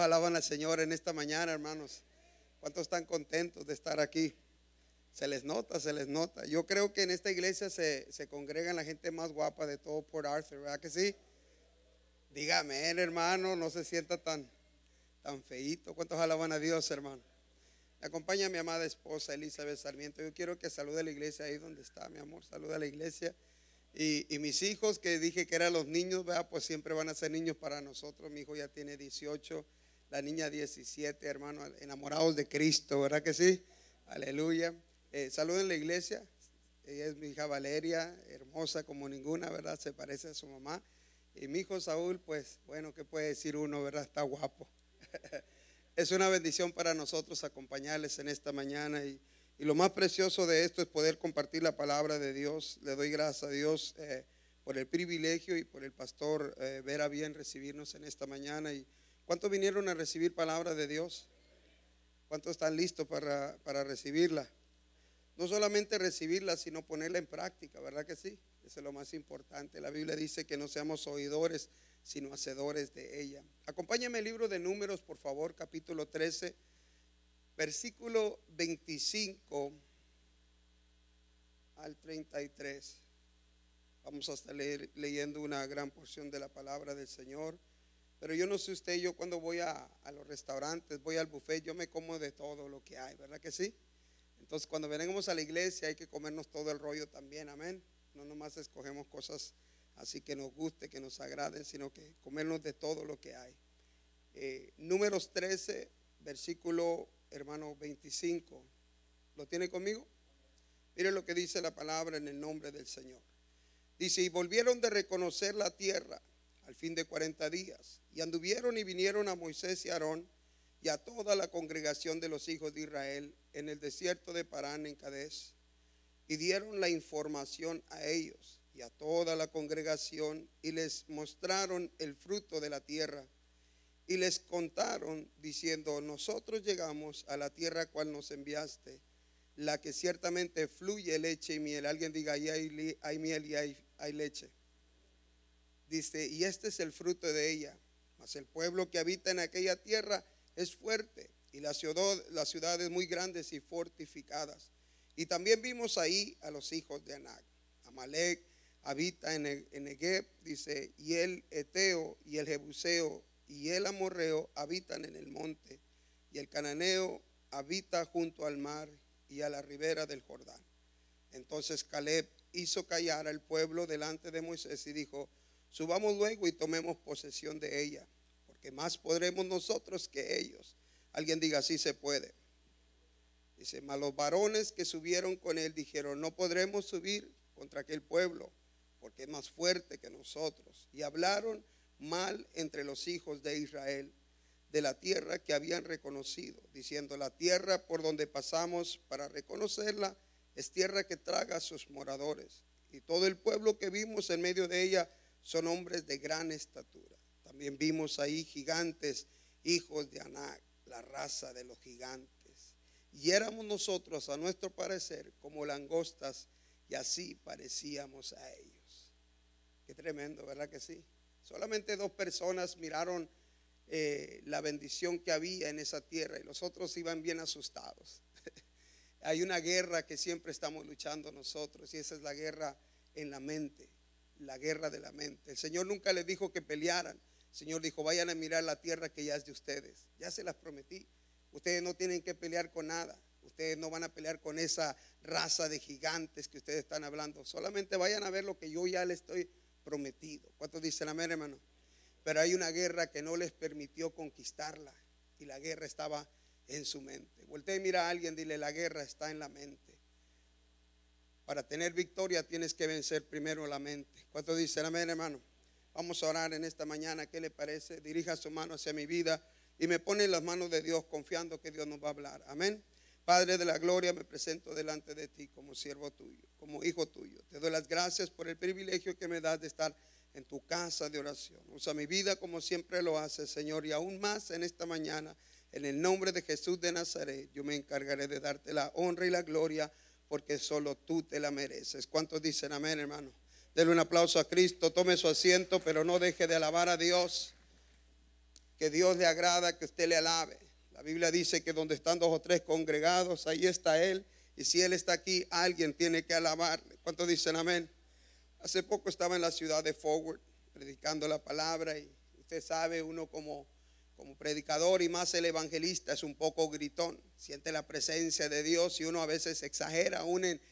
alaban al Señor en esta mañana, hermanos? ¿Cuántos están contentos de estar aquí? Se les nota, se les nota. Yo creo que en esta iglesia se congregan la gente más guapa de todo Port Arthur, ¿verdad que sí? Dígame, hermano, no se sienta tan feíto. ¿Cuántos alaban a Dios, hermano? Me acompaña mi amada esposa Elizabeth Sarmiento. Yo quiero que salude a la iglesia ahí donde está, mi amor. Saluda a la iglesia. Y mis hijos, que dije que eran los niños, ¿verdad? Pues siempre van a ser niños para nosotros. Mi hijo ya tiene 18, la niña 17, hermano, enamorados de Cristo, ¿verdad que sí? Aleluya. Saluden a la iglesia. Ella es mi hija Valeria, hermosa como ninguna, ¿verdad? Se parece a su mamá. Y mi hijo Saúl, pues, bueno, ¿qué puede decir uno, verdad? Está guapo. Es una bendición para nosotros acompañarles en esta mañana y lo más precioso de esto es poder compartir la palabra de Dios. Le doy gracias a Dios por el privilegio y por el pastor ver a bien recibirnos en esta mañana. ¿Y cuántos vinieron a recibir palabra de Dios? ¿Cuántos están listos para recibirla? No solamente recibirla, sino ponerla en práctica, ¿verdad que sí? Eso es lo más importante. La Biblia dice que no seamos oidores, sino hacedores de ella. Acompáñame al libro de Números, por favor, capítulo 13, versículo 25 al 33. Vamos a estar leyendo una gran porción de la palabra del Señor. Pero yo no sé usted, yo cuando voy a los restaurantes, voy al buffet, yo me como de todo lo que hay, ¿verdad que sí? Entonces cuando venimos a la iglesia hay que comernos todo el rollo también, amén. No nomás escogemos cosas así que nos guste, que nos agraden, sino que comernos de todo lo que hay. Números 13, versículo, hermano, 25. ¿Lo tiene conmigo? Mire lo que dice la palabra en el nombre del Señor. Dice: y volvieron de reconocer la tierra al fin de 40 días, y anduvieron y vinieron a Moisés y a Aarón y a toda la congregación de los hijos de Israel en el desierto de Parán en Cades, y dieron la información a ellos y a toda la congregación, y les mostraron el fruto de la tierra, y les contaron diciendo: nosotros llegamos a la tierra cual nos enviaste, la que ciertamente fluye leche y miel. Alguien diga: ahí hay miel y hay leche. Dice: y este es el fruto de ella. Mas el pueblo que habita en aquella tierra es fuerte, y las ciudades muy grandes y fortificadas. Y también vimos ahí a los hijos de Anac. Amalek habita en Negev, dice, y el Eteo y el Jebuseo y el Amorreo habitan en el monte, y el Cananeo habita junto al mar y a la ribera del Jordán. Entonces Caleb hizo callar al pueblo delante de Moisés y dijo: subamos luego y tomemos posesión de ella, porque más podremos nosotros que ellos. Alguien diga: así se puede. Dice: mas los varones que subieron con él dijeron: no podremos subir contra aquel pueblo, porque es más fuerte que nosotros. Y hablaron mal entre los hijos de Israel de la tierra que habían reconocido, diciendo: la tierra por donde pasamos para reconocerla es tierra que traga a sus moradores, y todo el pueblo que vimos en medio de ella son hombres de gran estatura. También vimos ahí gigantes, hijos de Anac, la raza de los gigantes, y éramos nosotros a nuestro parecer como langostas, y así parecíamos a ellos. Qué tremendo, ¿verdad que sí? Solamente 2 personas miraron la bendición que había en esa tierra, y los otros iban bien asustados. Hay una guerra que siempre estamos luchando nosotros, y esa es la guerra en la mente, la guerra de la mente. El Señor nunca les dijo que pelearan. El Señor dijo: vayan a mirar la tierra que ya es de ustedes, ya se las prometí. Ustedes no tienen que pelear con nada. Ustedes no van a pelear con esa raza de gigantes que ustedes están hablando. Solamente vayan a ver lo que yo ya les estoy prometido. ¿Cuántos dicen amén, hermano? Pero hay una guerra que no les permitió conquistarla, y la guerra estaba en su mente. Voltea y mira a alguien, dile: la guerra está en la mente. Para tener victoria tienes que vencer primero la mente. ¿Cuántos dicen amén, hermano? Vamos a orar en esta mañana. ¿Qué le parece? Dirija su mano hacia mi vida y me pone en las manos de Dios, confiando que Dios nos va a hablar. Amén. Padre de la gloria, me presento delante de ti como siervo tuyo, como hijo tuyo. Te doy las gracias por el privilegio que me das de estar en tu casa de oración. Usa mi vida como siempre lo haces, Señor, y aún más en esta mañana. En el nombre de Jesús de Nazaret, yo me encargaré de darte la honra y la gloria, porque solo tú te la mereces. ¿Cuántos dicen amén, hermano? Denle un aplauso a Cristo. Tome su asiento, pero no deje de alabar a Dios. que Dios le agrada que usted le alabe. La Biblia dice que donde están 2 o 3 congregados, ahí está Él. Y si Él está aquí, alguien tiene que alabarle. ¿Cuántos dicen amén? Hace poco estaba en la ciudad de Forward predicando la palabra, y usted sabe, uno como predicador y más el evangelista es un poco gritón, siente la presencia de Dios y uno a veces exagera aún en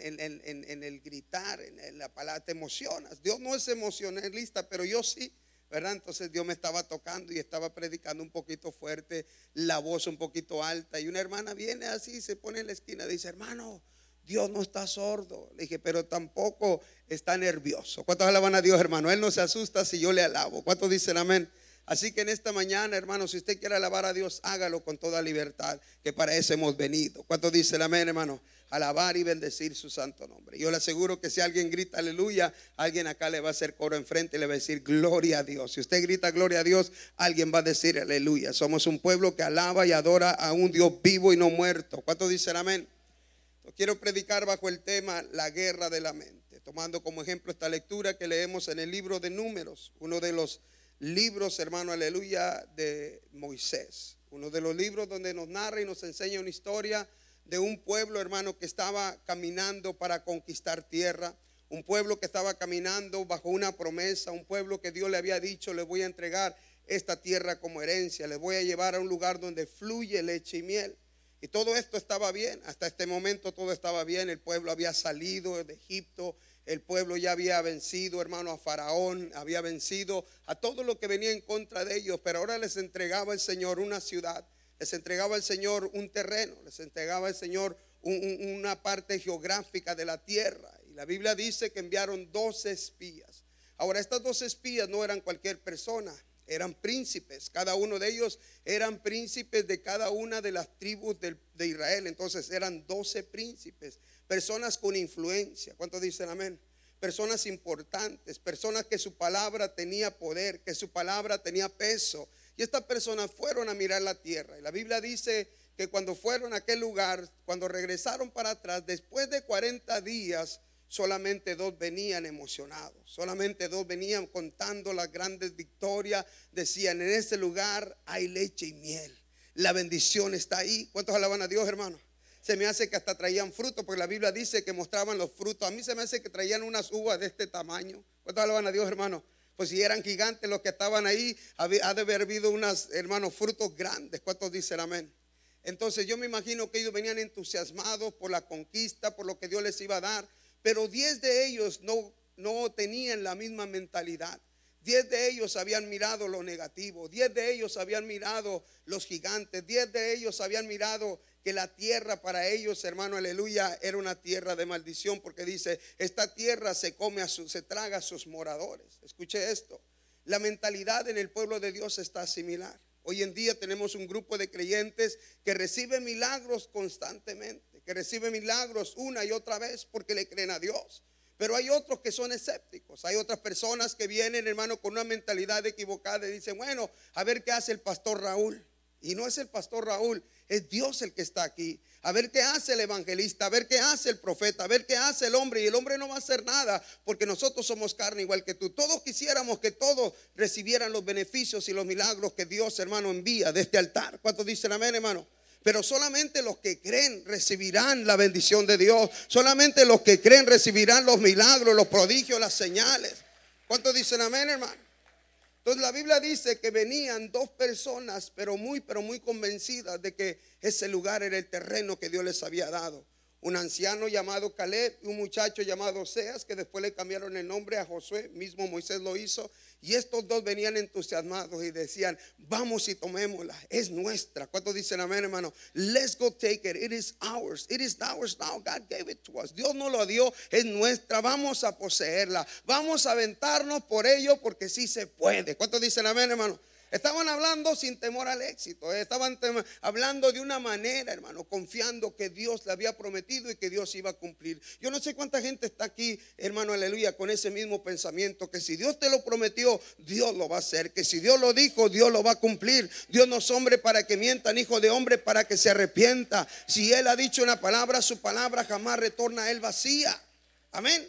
el gritar, en la palabra, te emocionas. Dios no es emocionalista, pero yo sí, ¿verdad? Entonces Dios me estaba tocando y estaba predicando un poquito fuerte, la voz un poquito alta, y una hermana viene así, se pone en la esquina, dice: hermano, Dios no está sordo. Le dije: pero tampoco está nervioso. ¿Cuántos alaban a Dios, hermano? Él no se asusta si yo le alabo. ¿Cuántos dicen amén? Así que en esta mañana, hermano, si usted quiere alabar a Dios, hágalo con toda libertad, que para eso hemos venido. ¿Cuántos dicen amén, hermano? Alabar y bendecir su santo nombre. Yo le aseguro que si alguien grita aleluya, alguien acá le va a hacer coro enfrente y le va a decir gloria a Dios. Si usted grita gloria a Dios, alguien va a decir aleluya. Somos un pueblo que alaba y adora a un Dios vivo y no muerto. ¿Cuántos dicen amén? Quiero predicar bajo el tema la guerra de la mente, tomando como ejemplo esta lectura que leemos en el libro de Números, uno de los libros, hermano, aleluya, de Moisés. Uno de los libros donde nos narra y nos enseña una historia de un pueblo, hermano, que estaba caminando para conquistar tierra. Un pueblo que estaba caminando bajo una promesa. Un pueblo que Dios le había dicho: le voy a entregar esta tierra como herencia, les voy a llevar a un lugar donde fluye leche y miel. Y todo esto estaba bien, hasta este momento todo estaba bien. El pueblo había salido de Egipto, el pueblo ya había vencido, hermano, a Faraón, había vencido a todo lo que venía en contra de ellos. Pero ahora les entregaba el Señor una ciudad, les entregaba el Señor un terreno, les entregaba el Señor una parte geográfica de la tierra. Y la Biblia dice que enviaron 12 espías. Ahora, estas 12 espías no eran cualquier persona, eran príncipes. Cada uno de ellos eran príncipes de cada una de las tribus de Israel. Entonces eran 12 príncipes, personas con influencia. ¿Cuántos dicen amén? Personas importantes, personas que su palabra tenía poder, que su palabra tenía peso. Y estas personas fueron a mirar la tierra. Y la Biblia dice que cuando fueron a aquel lugar, cuando regresaron para atrás, después de 40 días, solamente 2 venían emocionados, solamente 2 venían contando las grandes victorias. Decían: en este lugar hay leche y miel, la bendición está ahí. ¿Cuántos alaban a Dios, hermano? Se me hace que hasta traían fruto, porque la Biblia dice que mostraban los frutos. A mí se me hace que traían unas uvas de este tamaño. ¿Cuántos alaban a Dios, hermano? Pues si eran gigantes los que estaban ahí, ha de haber habido unos, hermanos, frutos grandes. ¿Cuántos dicen amén? Entonces yo me imagino que ellos venían entusiasmados por la conquista, por lo que Dios les iba a dar. Pero 10 de ellos no tenían la misma mentalidad. 10 de ellos habían mirado lo negativo. 10 de ellos habían mirado los gigantes. 10 de ellos habían mirado que la tierra para ellos, hermano, aleluya, era una tierra de maldición, porque dice: esta tierra se traga a sus moradores. Escuche esto: la mentalidad en el pueblo de Dios está similar. Hoy en día tenemos un grupo de creyentes que reciben milagros constantemente, que reciben milagros una y otra vez porque le creen a Dios. Pero hay otros que son escépticos. Hay otras personas que vienen, hermano, con una mentalidad equivocada y dicen: bueno, a ver qué hace el pastor Raúl. Y no es el pastor Raúl, es Dios el que está aquí. A ver qué hace el evangelista, a ver qué hace el profeta, a ver qué hace el hombre. Y el hombre no va a hacer nada, porque nosotros somos carne igual que tú. Todos quisiéramos que todos recibieran los beneficios y los milagros que Dios, hermano, envía de este altar. ¿Cuántos dicen amén, hermano? Pero solamente los que creen recibirán la bendición de Dios. Solamente los que creen recibirán los milagros, los prodigios, las señales. ¿Cuántos dicen amén, hermano? Entonces la Biblia dice que venían 2 personas, pero muy convencidas de que ese lugar era el terreno que Dios les había dado. Un anciano llamado Caleb y un muchacho llamado Oseas, que después le cambiaron el nombre a Josué. Mismo Moisés lo hizo. Y estos 2 venían entusiasmados y decían: vamos y tomémosla, es nuestra. ¿Cuántos dicen amén, hermano? Let's go take it, it is ours. It is ours now, God gave it to us. Dios nos lo dio, es nuestra, vamos a poseerla. Vamos a aventarnos por ello, porque sí se puede. ¿Cuántos dicen amén, hermano? Estaban hablando sin temor al éxito. Estaban hablando de una manera, hermano, confiando que Dios le había prometido y que Dios iba a cumplir. Yo no sé cuánta gente está aquí, hermano, aleluya, con ese mismo pensamiento: que si Dios te lo prometió, Dios lo va a hacer. Que si Dios lo dijo, Dios lo va a cumplir. Dios no es hombre para que mienta, ni hijo de hombre para que se arrepienta. Si Él ha dicho una palabra, su palabra jamás retorna a Él vacía. Amén.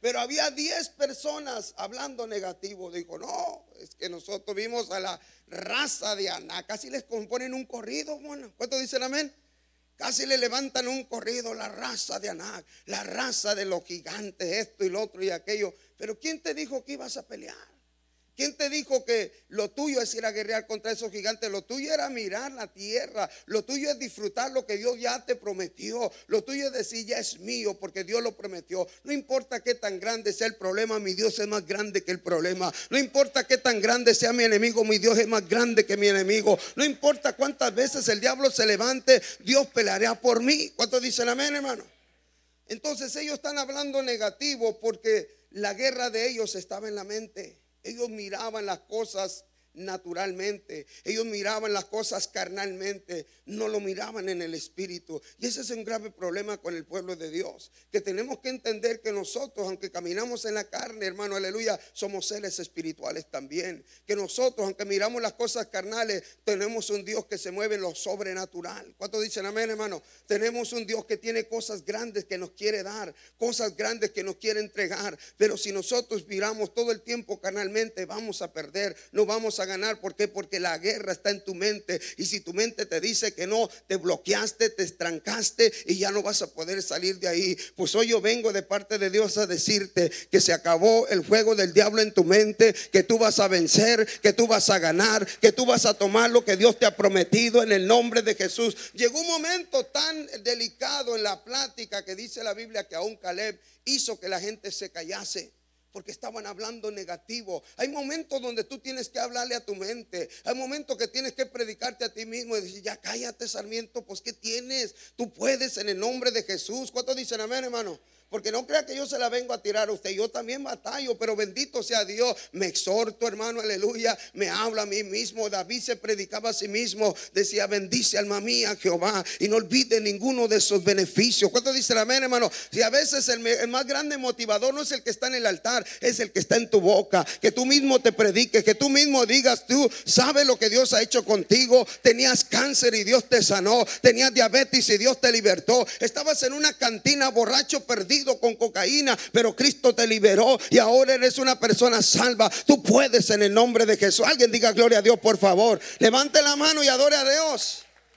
Pero había 10 personas hablando negativo. Dijo, no, es que nosotros vimos a la raza de Aná. Casi les componen un corrido. Bueno, ¿cuántos dicen amén? Casi le levantan un corrido, la raza de Aná, la raza de los gigantes, esto y lo otro y aquello. Pero ¿quién te dijo que ibas a pelear? ¿Quién te dijo que lo tuyo es ir a guerrear contra esos gigantes? Lo tuyo era mirar la tierra. Lo tuyo es disfrutar lo que Dios ya te prometió. Lo tuyo es decir, ya es mío porque Dios lo prometió. No importa qué tan grande sea el problema, mi Dios es más grande que el problema. No importa qué tan grande sea mi enemigo, mi Dios es más grande que mi enemigo. No importa cuántas veces el diablo se levante, Dios peleará por mí. ¿Cuántos dicen amén, hermano? Entonces ellos están hablando negativo porque la guerra de ellos estaba en la mente. Ellos miraban las cosas naturalmente, ellos miraban las cosas carnalmente, no lo miraban en el espíritu. Y ese es un grave problema con el pueblo de Dios, que tenemos que entender que nosotros, aunque caminamos en la carne, hermano, aleluya, somos seres espirituales también. Que nosotros, aunque miramos las cosas carnales, tenemos un Dios que se mueve en lo sobrenatural. ¿Cuántos dicen amén, hermano? Tenemos un Dios que tiene cosas grandes que nos quiere dar, cosas grandes que nos quiere entregar. Pero si nosotros miramos todo el tiempo carnalmente, vamos a perder, no vamos a ganar. ¿Por qué? Porque la guerra está en tu mente. Y si tu mente te dice que no, te bloqueaste, te estrancaste y ya no vas a poder salir de ahí. Pues hoy yo vengo de parte de Dios a decirte que se acabó el juego del diablo en tu mente, que tú vas a vencer, que tú vas a ganar, que tú vas a tomar lo que Dios te ha prometido en el nombre de Jesús. Llegó un momento tan delicado en la plática que dice la Biblia que aún Caleb hizo que la gente se callase, porque estaban hablando negativo. Hay momentos donde tú tienes que hablarle a tu mente. Hay momentos que tienes que predicarte a ti mismo y decir, ya cállate, Sarmiento, pues ¿qué tienes? Tú puedes en el nombre de Jesús. ¿Cuántos dicen amén, hermano? Porque no crea que yo se la vengo a tirar a usted. Yo también batallo, pero bendito sea Dios. Me exhorto, hermano, aleluya. Me habla a mí mismo. David se predicaba a sí mismo. Decía, bendice alma mía Jehová y no olvide ninguno de sus beneficios. ¿Cuántos dicen amén, hermano? Si a veces el más grande motivador no es el que está en el altar, es el que está en tu boca. Que tú mismo te prediques, que tú mismo digas, tú sabes lo que Dios ha hecho contigo. Tenías cáncer y Dios te sanó. Tenías diabetes y Dios te libertó. Estabas en una cantina borracho, perdido con cocaína, pero Cristo te liberó y ahora eres una persona salva. Tú puedes en el nombre de Jesús. Alguien diga gloria a Dios, por favor. Levante la mano y adore a Dios.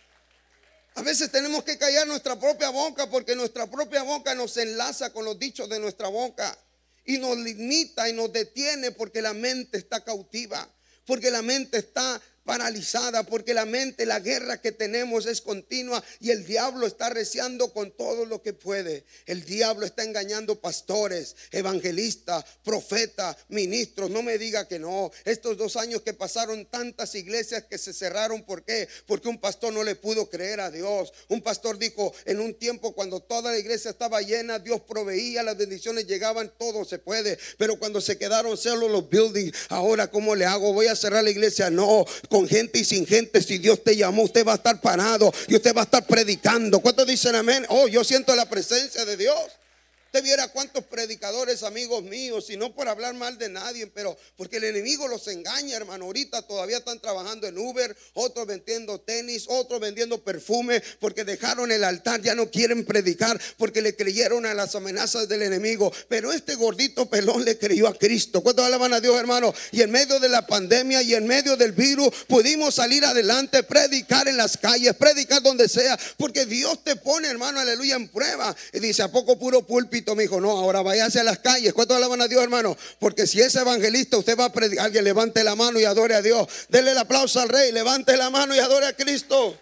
A veces tenemos que callar nuestra propia boca, porque nuestra propia boca nos enlaza con los dichos de nuestra boca y nos limita y nos detiene, porque la mente está cautiva, porque la mente está paralizada, porque la mente, la guerra que tenemos es continua y el diablo está arreciando con todo lo que puede. El diablo está engañando pastores, evangelistas, profetas, ministros. No me diga que no. Estos 2 años que pasaron, tantas iglesias que se cerraron. ¿Por qué? Porque un pastor no le pudo creer a Dios. Un pastor dijo, en un tiempo cuando toda la iglesia estaba llena, Dios proveía, las bendiciones llegaban, todo se puede. Pero cuando se quedaron solos los buildings, ahora ¿cómo le hago? ¿Voy a cerrar la iglesia? No, con gente y sin gente. Si Dios te llamó, usted va a estar parado y usted va a estar predicando. ¿Cuántos dicen amén? Oh, yo siento la presencia de Dios. Usted viera cuántos predicadores, amigos míos, y no por hablar mal de nadie, pero porque el enemigo los engaña, hermano. Ahorita todavía están trabajando en Uber, otros vendiendo tenis, otros vendiendo perfume, porque dejaron el altar, ya no quieren predicar, porque le creyeron a las amenazas del enemigo. Pero este gordito pelón le creyó a Cristo. ¿Cuántos alaban a Dios, hermano? Y en medio de la pandemia y en medio del virus pudimos salir adelante, predicar en las calles, predicar donde sea, porque Dios te pone, hermano, aleluya, en prueba. Y dice, ¿a poco puro púlpito? Me dijo, no, ahora váyase a las calles. ¿Cuántos alaban a Dios, hermano? Porque si es evangelista, usted va a predicar. Alguien levante la mano y adore a Dios. Denle el aplauso al Rey. Levante la mano y adore a Cristo,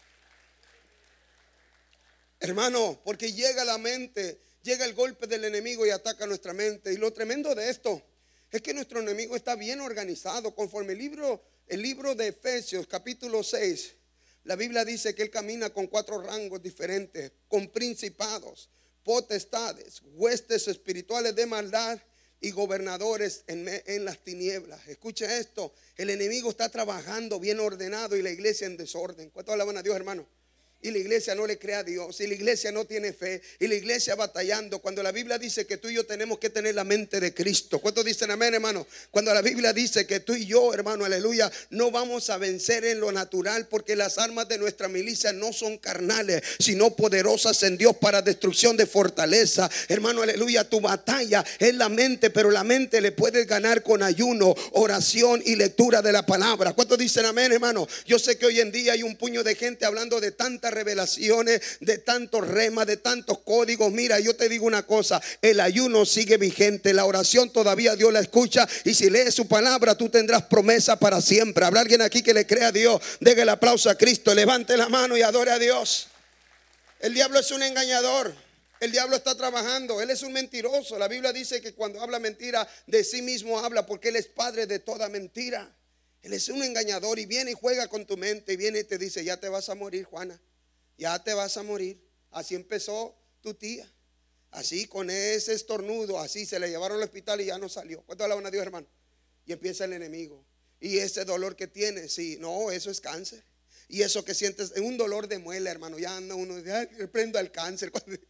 hermano. Porque llega la mente, llega el golpe del enemigo y ataca nuestra mente. Y lo tremendo de esto es que nuestro enemigo está bien organizado. Conforme el libro de Efesios capítulo 6, la Biblia dice que él camina con 4 rangos diferentes, con principados, potestades, huestes espirituales de maldad y gobernadores en las tinieblas. Escuche esto, el enemigo está trabajando bien ordenado y la iglesia en desorden. ¿Cuántos alaban a Dios, hermano? y la iglesia no le cree a Dios, y la iglesia no tiene fe, y la iglesia batallando, cuando la Biblia dice que tú y yo tenemos que tener la mente de Cristo. ¿Cuántos dicen amén, hermano? Cuando la Biblia dice que tú y yo, hermano, aleluya, no vamos a vencer en lo natural, porque las armas de nuestra milicia no son carnales, sino poderosas en Dios para destrucción de fortaleza. Hermano, aleluya, tu batalla es la mente, pero la mente le puedes ganar con ayuno, oración y lectura de la palabra. ¿Cuántos dicen amén, hermano? Yo sé que hoy en día hay un puño de gente hablando de tantas revelaciones, de tantos remas, de tantos códigos. Mira, yo te digo una cosa, el ayuno sigue vigente, la oración todavía Dios la escucha, y si lees su palabra tú tendrás promesa para siempre. ¿Habrá alguien aquí que le crea a Dios? Deje el aplauso a Cristo, levante la mano y adore a Dios. El diablo es un engañador. El diablo está trabajando, él es un mentiroso. La Biblia dice que cuando habla mentira, de sí mismo habla, porque él es padre de toda mentira. Él es un engañador y viene y juega con tu mente, y viene y te dice: ya te vas a morir, Juana, ya te vas a morir. Así empezó tu tía, así con ese estornudo, así se le llevaron al hospital y ya no salió. ¿Cuánto alaban a Dios, hermano? Y empieza el enemigo. Y ese dolor que tiene, sí, no, eso es cáncer. Y eso que sientes es un dolor de muela, hermano. Ya anda uno, ya reprendo al cáncer.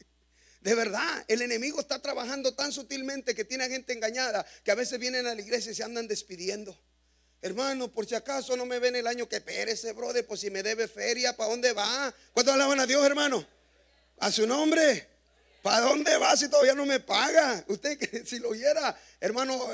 De verdad, el enemigo está trabajando tan sutilmente que tiene a gente engañada, que a veces vienen a la iglesia y se andan despidiendo. Hermano, por si acaso no me ven el año que perece, brother, pues si me debe feria, ¿para dónde va? ¿Cuánto alaban a Dios, hermano? A su nombre. ¿Para dónde va si todavía no me paga? Usted, si lo oyera, hermano,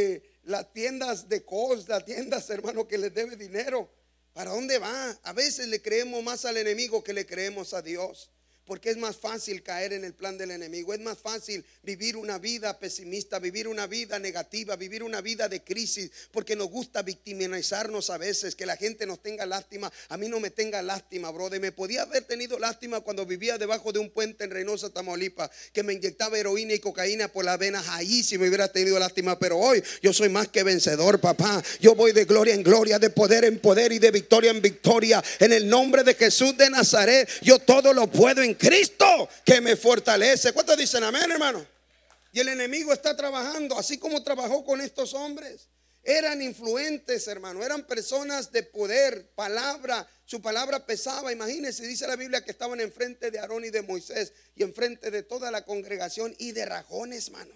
las tiendas de cosas, las tiendas, hermano, que les debe dinero, ¿para dónde va? A veces le creemos más al enemigo que le creemos a Dios, porque es más fácil caer en el plan del enemigo. Es más fácil vivir una vida pesimista, vivir una vida negativa, vivir una vida de crisis, porque nos gusta victimizarnos a veces, que la gente nos tenga lástima. A mí no me tenga lástima, brother. Me podía haber tenido lástima cuando vivía debajo de un puente en Reynosa, Tamaulipas, que me inyectaba heroína y cocaína por las venas. Ahí sí me hubiera tenido lástima, pero hoy yo soy más que vencedor, papá. Yo voy de gloria en gloria, de poder en poder y de victoria en victoria. En el nombre de Jesús de Nazaret, yo todo lo puedo en Cristo que me fortalece. ¿Cuántos dicen amén, hermano? Y el enemigo está trabajando así como trabajó con estos hombres. Eran influentes, hermano, eran personas de poder, palabra, su palabra pesaba. Imagínense, dice la Biblia que estaban enfrente de Aarón y de Moisés y enfrente de toda la congregación y de rajones, hermano.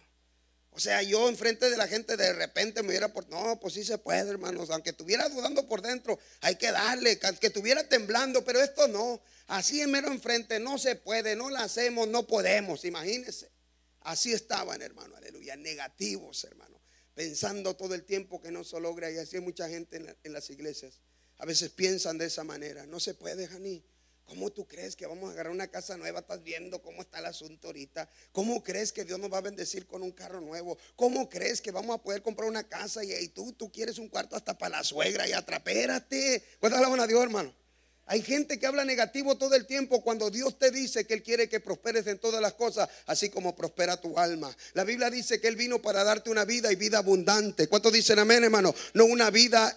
O sea, yo enfrente de la gente de repente me hubiera no, pues sí se puede, hermanos. Aunque estuviera dudando por dentro, hay que darle, que estuviera temblando, pero esto no. Así en mero enfrente no se puede, no la hacemos, no podemos. Imagínense. Así estaban, hermano, aleluya, negativos, hermano, pensando todo el tiempo que no se logra. Y así hay mucha gente en las iglesias. A veces piensan de esa manera. No se puede, Janí. ¿Cómo tú crees que vamos a agarrar una casa nueva? Estás viendo cómo está el asunto ahorita. ¿Cómo crees que Dios nos va a bendecir con un carro nuevo? ¿Cómo crees que vamos a poder comprar una casa y tú quieres un cuarto hasta para la suegra y atrapérate? ¿Cuántas alaban a Dios, hermano? Hay gente que habla negativo todo el tiempo cuando Dios te dice que Él quiere que prosperes en todas las cosas, así como prospera tu alma. La Biblia dice que Él vino para darte una vida y vida abundante. ¿Cuántos dicen amén, hermano? No una vida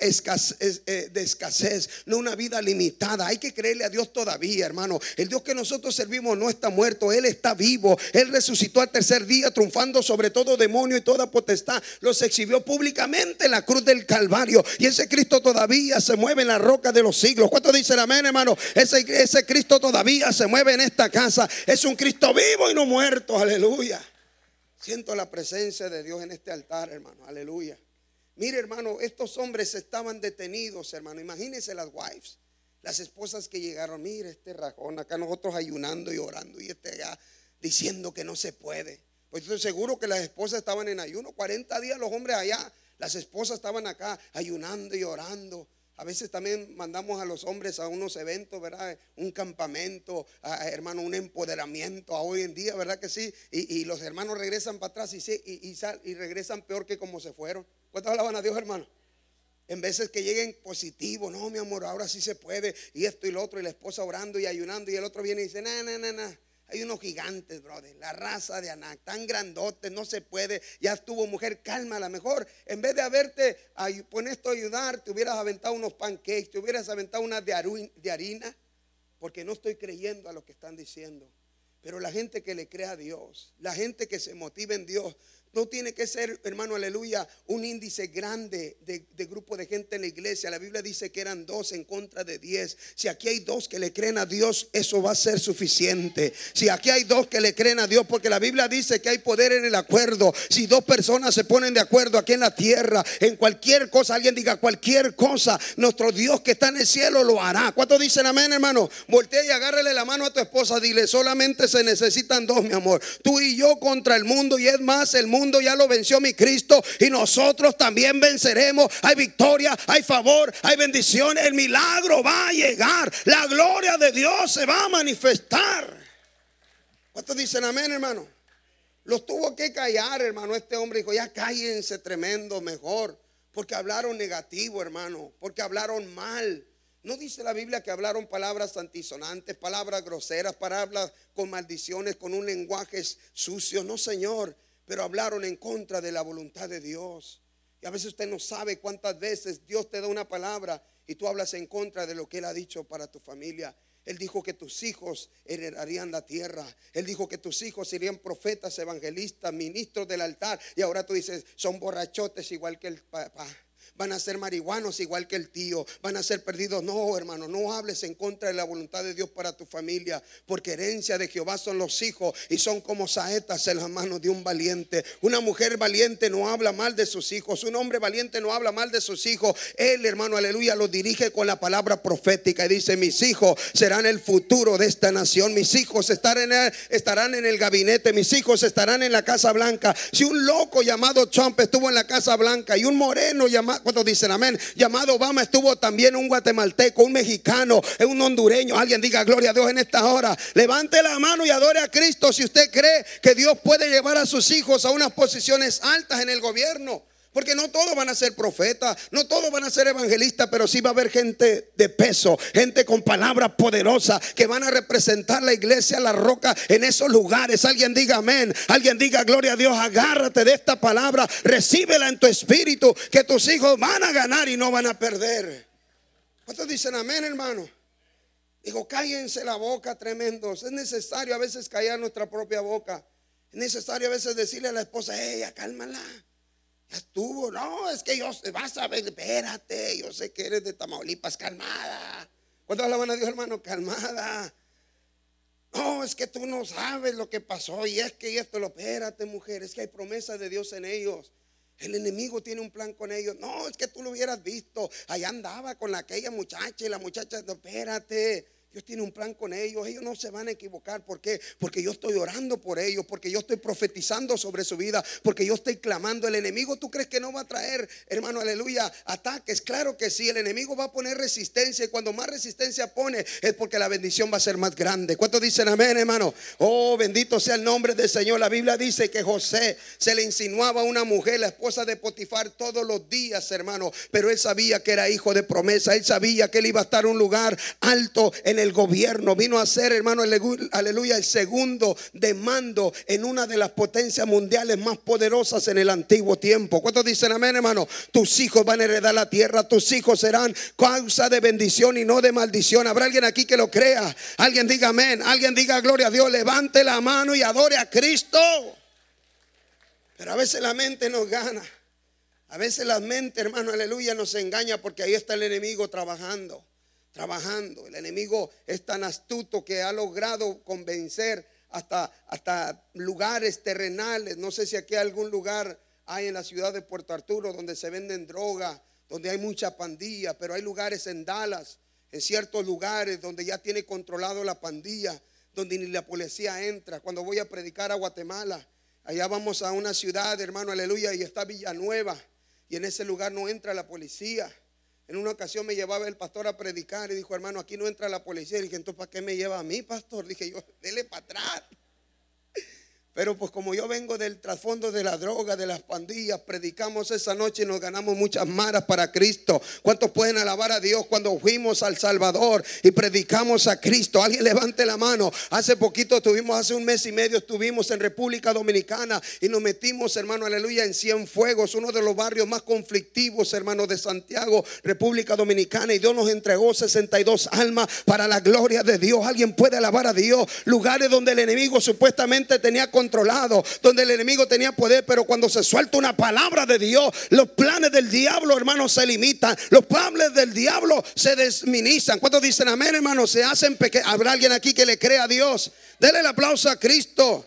de escasez, no una vida limitada. Hay que creerle a Dios todavía, hermano. El Dios que nosotros servimos no está muerto, Él está vivo. Él resucitó al tercer día, triunfando sobre todo demonio y toda potestad. Los exhibió públicamente en la cruz del Calvario. Y ese Cristo todavía se mueve en la roca de los siglos. ¿Cuántos dicen amén, hermano? Ese Cristo todavía se mueve en esta casa. Es un Cristo vivo y no muerto, aleluya. Siento la presencia de Dios en este altar, hermano, aleluya. Mire, hermano, estos hombres estaban detenidos, hermano. Imagínense las wives, las esposas que llegaron. Mire este rajón, acá nosotros ayunando y orando, y allá diciendo que no se puede. Pues estoy seguro que las esposas estaban en ayuno. 40 días los hombres allá, las esposas estaban acá ayunando y orando. A veces también mandamos a los hombres a unos eventos, ¿verdad? Un campamento, hermano, un empoderamiento a hoy en día, ¿verdad que sí? Y los hermanos regresan para atrás y regresan peor que como se fueron. ¿Cuántos alaban a Dios, hermano? En veces que lleguen positivos, no, mi amor, ahora sí se puede, y esto y lo otro, y la esposa orando y ayunando, y el otro viene y dice, no. Hay unos gigantes, brother, la raza de Anac, tan grandotes, no se puede. Ya estuvo, mujer, calma. A lo mejor en vez de haberte puesto a ayudar, te hubieras aventado unos pancakes, te hubieras aventado unas de harina, porque no estoy creyendo a lo que están diciendo. Pero la gente que le cree a Dios, la gente que se motiva en Dios, No tiene que ser, hermano, aleluya, un índice grande de grupo de gente en la iglesia. La Biblia dice que eran 2 en contra de 10. Si aquí hay 2 que le creen a Dios, eso va a ser suficiente. Si aquí hay 2 que le creen a Dios, porque la Biblia dice que hay poder en el acuerdo. Si 2 personas se ponen de acuerdo aquí en la tierra, en cualquier cosa, alguien diga cualquier cosa, nuestro Dios que está en el cielo lo hará. ¿Cuántos dicen amén, hermano? Voltea y agárrale la mano a tu esposa. Dile, solamente se necesitan 2, mi amor. Tú y yo contra el mundo, y es más, el mundo ya lo venció mi Cristo, y nosotros también venceremos. Hay victoria, hay favor, hay bendición. El milagro va a llegar. La gloria de Dios se va a manifestar. ¿Cuántos dicen amén, hermano? Los tuvo que callar, hermano. Este hombre dijo, ya cállense, tremendo, mejor. Porque hablaron negativo, hermano. Porque hablaron mal. No dice la Biblia que hablaron palabras antisonantes, palabras groseras, palabras con maldiciones, con un lenguaje sucio. No, Señor. Pero hablaron en contra de la voluntad de Dios. Y a veces usted no sabe cuántas veces Dios te da una palabra y tú hablas en contra de lo que Él ha dicho para tu familia. Él dijo que tus hijos heredarían la tierra. Él dijo que tus hijos serían profetas, evangelistas, ministros del altar. Y ahora tú dices, son borrachotes igual que el papá. Van a ser marihuanos igual que el tío. Van a ser perdidos. No, hermano, no hables en contra de la voluntad de Dios para tu familia. Porque herencia de Jehová son los hijos, y son como saetas en las manos de un valiente. Una mujer valiente no habla mal de sus hijos. Un hombre valiente no habla mal de sus hijos. Él, hermano, aleluya, los dirige con la palabra profética. Y dice, mis hijos serán el futuro de esta nación. Mis hijos estarán en el gabinete. Mis hijos estarán en la Casa Blanca. Si un loco llamado Trump estuvo en la Casa Blanca, y un moreno llamado, ¿cuántos dicen amén?, llamado Obama, estuvo también un guatemalteco, un mexicano, un hondureño. Alguien diga gloria a Dios en esta hora. Levante la mano y adore a Cristo si usted cree que Dios puede llevar a sus hijos a unas posiciones altas en el gobierno. Porque no todos van a ser profetas, no todos van a ser evangelistas, pero sí va a haber gente de peso, gente con palabras poderosas que van a representar la iglesia, la roca, en esos lugares. Alguien diga amén, alguien diga gloria a Dios. Agárrate de esta palabra, recíbela en tu espíritu, que tus hijos van a ganar y no van a perder. ¿Cuántos dicen amén, hermano? Digo, cállense la boca, tremendos. Es necesario a veces callar nuestra propia boca. Es necesario a veces decirle a la esposa, ella, cálmala. Ya estuvo, no, es que yo, vas a ver, espérate, yo sé que eres de Tamaulipas, calmada. ¿Cuántos alaban a Dios, hermano? Calmada. No, es que tú no sabes lo que pasó, y es que esto, espérate, mujer, es que hay promesas de Dios en ellos. El enemigo tiene un plan con ellos. No, es que tú lo hubieras visto, allá andaba con aquella muchacha, y la muchacha, no, espérate. Dios tiene un plan con ellos. Ellos no se van a equivocar. ¿Por qué? Porque yo estoy orando por ellos, porque yo estoy profetizando sobre su vida, porque yo estoy clamando. El enemigo, ¿tú crees que no va a traer, hermano, aleluya, ataques? Claro que sí. El enemigo va a poner resistencia, y cuando más resistencia pone es porque la bendición va a ser más grande. ¿Cuántos dicen amén, hermano? Oh, bendito sea el nombre del Señor. La Biblia dice que José se le insinuaba a una mujer, la esposa de Potifar, todos los días, hermano, pero él sabía que era hijo de promesa. Él sabía que él iba a estar en un lugar alto en el gobierno. Vino a ser, hermano, aleluya, el segundo de mando en una de las potencias mundiales más poderosas en el antiguo tiempo. ¿Cuántos dicen amén, hermano? Tus hijos van a heredar la tierra. Tus hijos serán causa de bendición y no de maldición. ¿Habrá alguien aquí que lo crea? Alguien diga amén, alguien diga gloria a Dios. Levante la mano y adore a Cristo. Pero a veces la mente nos gana. A veces la mente, hermano, aleluya, nos engaña, porque ahí está el enemigo trabajando. El enemigo es tan astuto que ha logrado convencer hasta lugares terrenales. No sé si aquí algún lugar hay en la ciudad de Puerto Arturo donde se venden droga, donde hay mucha pandilla, pero hay lugares en Dallas, en ciertos lugares donde ya tiene controlado la pandilla, donde ni la policía entra. Cuando voy a predicar a Guatemala, allá vamos a una ciudad, hermano, aleluya, y está Villanueva, y en ese lugar no entra la policía. En una ocasión me llevaba el pastor a predicar y dijo, hermano, aquí no entra la policía. Y dije, entonces, ¿para qué me lleva a mí, pastor? Dije yo, dele para atrás. Pero pues como yo vengo del trasfondo de la droga, de las pandillas, predicamos esa noche y nos ganamos muchas maras para Cristo. ¿Cuántos pueden alabar a Dios cuando fuimos al Salvador y predicamos a Cristo? Alguien levante la mano. Hace un mes y medio estuvimos en República Dominicana y nos metimos, hermano, aleluya, en Cienfuegos, uno de los barrios más conflictivos, hermano, de Santiago, República Dominicana, y Dios nos entregó 62 almas para la gloria de Dios. Alguien puede alabar a Dios. Lugares donde el enemigo supuestamente tenía control controlado, donde el enemigo tenía poder. Pero cuando se suelta una palabra de Dios, los planes del diablo, hermanos, se limitan. Los planes del diablo se desminizan. ¿Cuántos dicen amén, hermanos? Se hacen pequeños. ¿Habrá alguien aquí que le crea a Dios? Dele el aplauso a Cristo.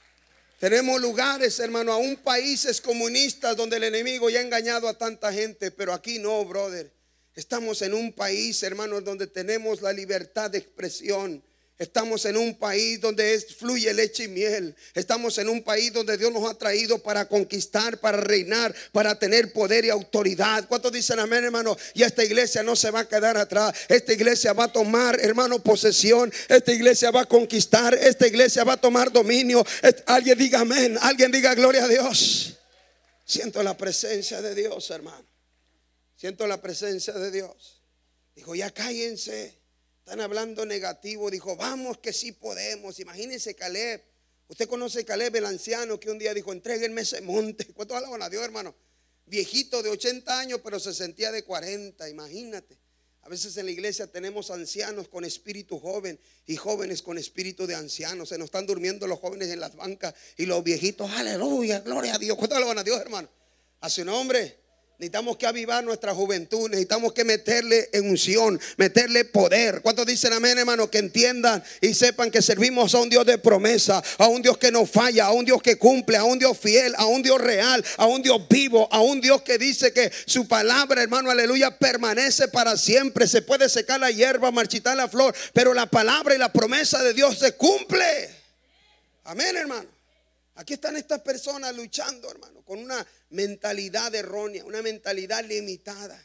Tenemos lugares, hermano, aún países comunistas donde el enemigo ya ha engañado a tanta gente, pero aquí no, brother. Estamos en un país, hermanos, donde tenemos la libertad de expresión. Estamos en un país donde fluye leche y miel. Estamos en un país donde Dios nos ha traído para conquistar, para reinar, para tener poder y autoridad. ¿Cuántos dicen amén, hermano? Y esta iglesia no se va a quedar atrás. Esta iglesia va a tomar, hermano, posesión. Esta iglesia va a conquistar. Esta iglesia va a tomar dominio. Alguien diga amén. Alguien diga gloria a Dios. Siento la presencia de Dios, hermano. Siento la presencia de Dios. Dijo, ya cállense. Están hablando negativo. Dijo, vamos que sí podemos. Imagínense Caleb. Usted conoce a Caleb, el anciano, que un día dijo, entréguenme ese monte. ¿Cuántos alaban a Dios, hermano? Viejito de 80 años, pero se sentía de 40. Imagínate. A veces en la iglesia tenemos ancianos con espíritu joven y jóvenes con espíritu de ancianos. Se nos están durmiendo los jóvenes en las bancas y los viejitos, aleluya, gloria a Dios. ¿Cuántos alaban a Dios, hermano? A su nombre. Necesitamos que avivar nuestra juventud. Necesitamos que meterle en unción, meterle poder. ¿Cuántos dicen amén, hermano? Que entiendan y sepan que servimos a un Dios de promesa, a un Dios que no falla, a un Dios que cumple, a un Dios fiel, a un Dios real, a un Dios vivo, a un Dios que dice que su palabra, hermano, aleluya, permanece para siempre. Se puede secar la hierba, marchitar la flor, pero la palabra y la promesa de Dios se cumple. Amén, hermano. Aquí están estas personas luchando, hermano, con una mentalidad errónea, una mentalidad limitada.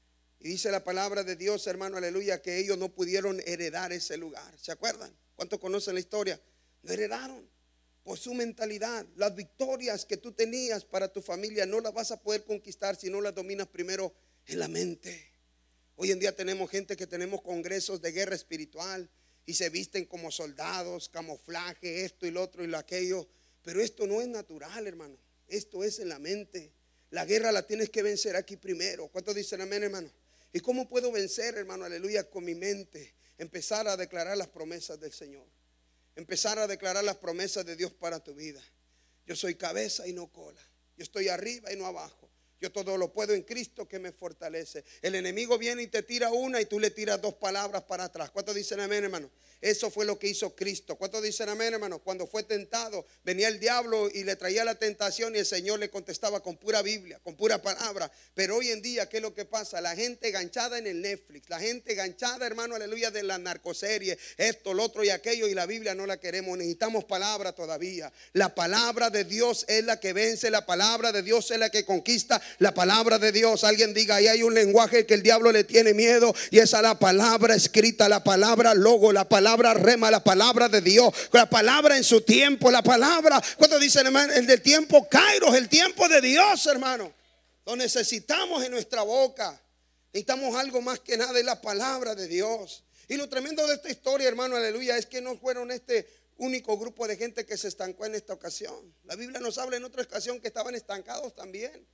Y dice la palabra de Dios, hermano, aleluya, que ellos no pudieron heredar ese lugar. ¿Se acuerdan? ¿Cuántos conocen la historia? No heredaron por su mentalidad. Las victorias que tú tenías para tu familia no las vas a poder conquistar si no las dominas primero en la mente. Hoy en día tenemos gente que tenemos congresos de guerra espiritual y se visten como soldados, camuflaje, esto y lo otro y lo aquello. Pero esto no es natural, hermano. Esto es en la mente. La guerra la tienes que vencer aquí primero. ¿Cuántos dicen amén, hermano? ¿Y cómo puedo vencer, hermano? Aleluya, con mi mente. Empezar a declarar las promesas del Señor. Empezar a declarar las promesas de Dios para tu vida. Yo soy cabeza y no cola. Yo estoy arriba y no abajo. Yo todo lo puedo en Cristo que me fortalece. El enemigo viene y te tira una y tú le tiras dos palabras para atrás. ¿Cuántos dicen amén, hermano? Eso fue lo que hizo Cristo. ¿Cuántos dicen amén, hermano? Cuando fue tentado, venía el diablo y le traía la tentación y el Señor le contestaba con pura Biblia, con pura palabra. Pero hoy en día, ¿qué es lo que pasa? La gente enganchada en el Netflix, la gente enganchada, hermano, aleluya, de la narcoserie, esto, lo otro y aquello, y la Biblia no la queremos. Necesitamos palabra todavía. La palabra de Dios es la que vence, la palabra de Dios es la que conquista, la palabra de Dios. Alguien diga, ahí hay un lenguaje que el diablo le tiene miedo y esa es la palabra escrita, la palabra logo, la palabra rema, la palabra de Dios, la palabra en su tiempo, la palabra, ¿cuántos dicen, hermano? El del tiempo Kairos, el tiempo de Dios, hermano. Lo necesitamos en nuestra boca. Necesitamos algo más que nada, es la palabra de Dios. Y lo tremendo de esta historia, hermano, aleluya, es que no fueron este único grupo de gente que se estancó en esta ocasión. La Biblia nos habla en otra ocasión que estaban estancados también.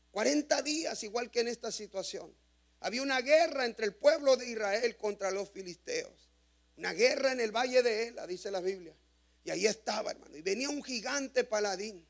40 días, igual que en esta situación. Había una guerra entre el pueblo de Israel contra los filisteos. Una guerra en el valle de Ela, dice la Biblia. Y ahí estaba, hermano. Y venía un gigante paladín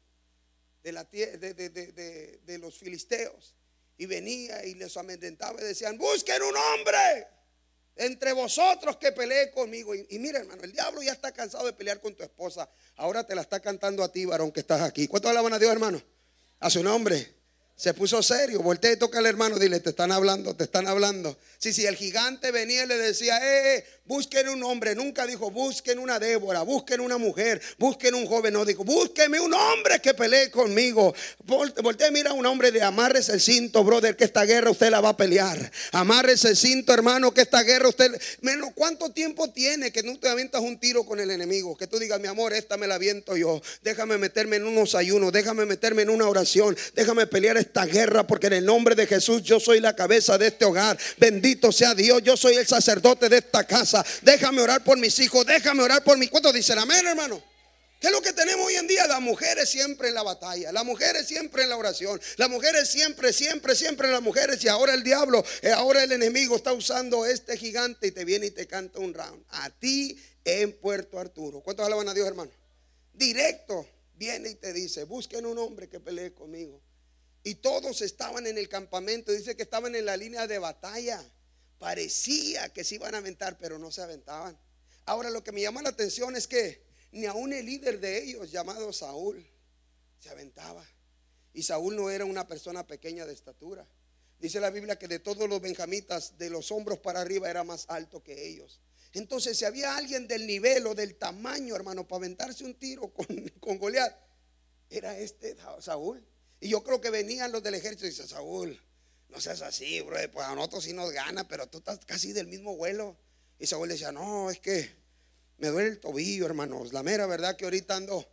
de los filisteos. Y venía y les amedrentaba y decían, busquen un hombre entre vosotros que pelee conmigo. Y mira, hermano, el diablo ya está cansado de pelear con tu esposa. Ahora te la está cantando a ti, varón, que estás aquí. ¿Cuántos alaban a Dios, hermano? A su nombre. Se puso serio, voltea y toca al hermano, dile, te están hablando, te están hablando. Sí, el gigante venía y le decía, busquen un hombre. Nunca dijo, busquen una Débora, busquen una mujer, busquen un joven. No, dijo, búsquenme un hombre que pelee conmigo. Voltea y mira a un hombre, de amarres el cinto, brother, que esta guerra usted la va a pelear. Amarres el cinto, hermano, que esta guerra usted, menos, ¿cuánto tiempo tiene que no te avientas un tiro con el enemigo? Que tú digas, mi amor, esta me la aviento yo. Déjame meterme en unos ayunos, déjame meterme en una oración, déjame pelear esta guerra, porque en el nombre de Jesús yo soy la cabeza de este hogar. Bendito sea Dios, yo soy el sacerdote de esta casa. Déjame orar por mis hijos, déjame orar por mis. ¿Cuántos dicen amén, hermano? ¿Qué es lo que tenemos hoy en día? Las mujeres siempre en la batalla, las mujeres siempre en la oración, las mujeres siempre en las mujeres. Y ahora el diablo, ahora el enemigo está usando este gigante y te viene y te canta un round a ti en Puerto Arturo. ¿Cuántos alaban a Dios, hermano? Directo. viene y te dice: busquen un hombre que pelee conmigo. Y todos estaban en el campamento. Dice que estaban en la línea de batalla. Parecía que se iban a aventar, pero no se aventaban. Ahora lo que me llama la atención es que ni aún el líder de ellos, llamado Saúl, se aventaba. Y Saúl no era una persona pequeña de estatura. Dice la Biblia que de todos los benjamitas, de los hombros para arriba, era más alto que ellos. Entonces, si había alguien del nivel o del tamaño, hermano, para aventarse un tiro con Goliat, era Saúl. Y yo creo que venían los del ejército y dice: Saúl, no seas así, bro, pues a nosotros sí nos gana, pero tú estás casi del mismo vuelo. Y Saúl decía: no, es que me duele el tobillo, hermanos. La mera verdad que ahorita ando,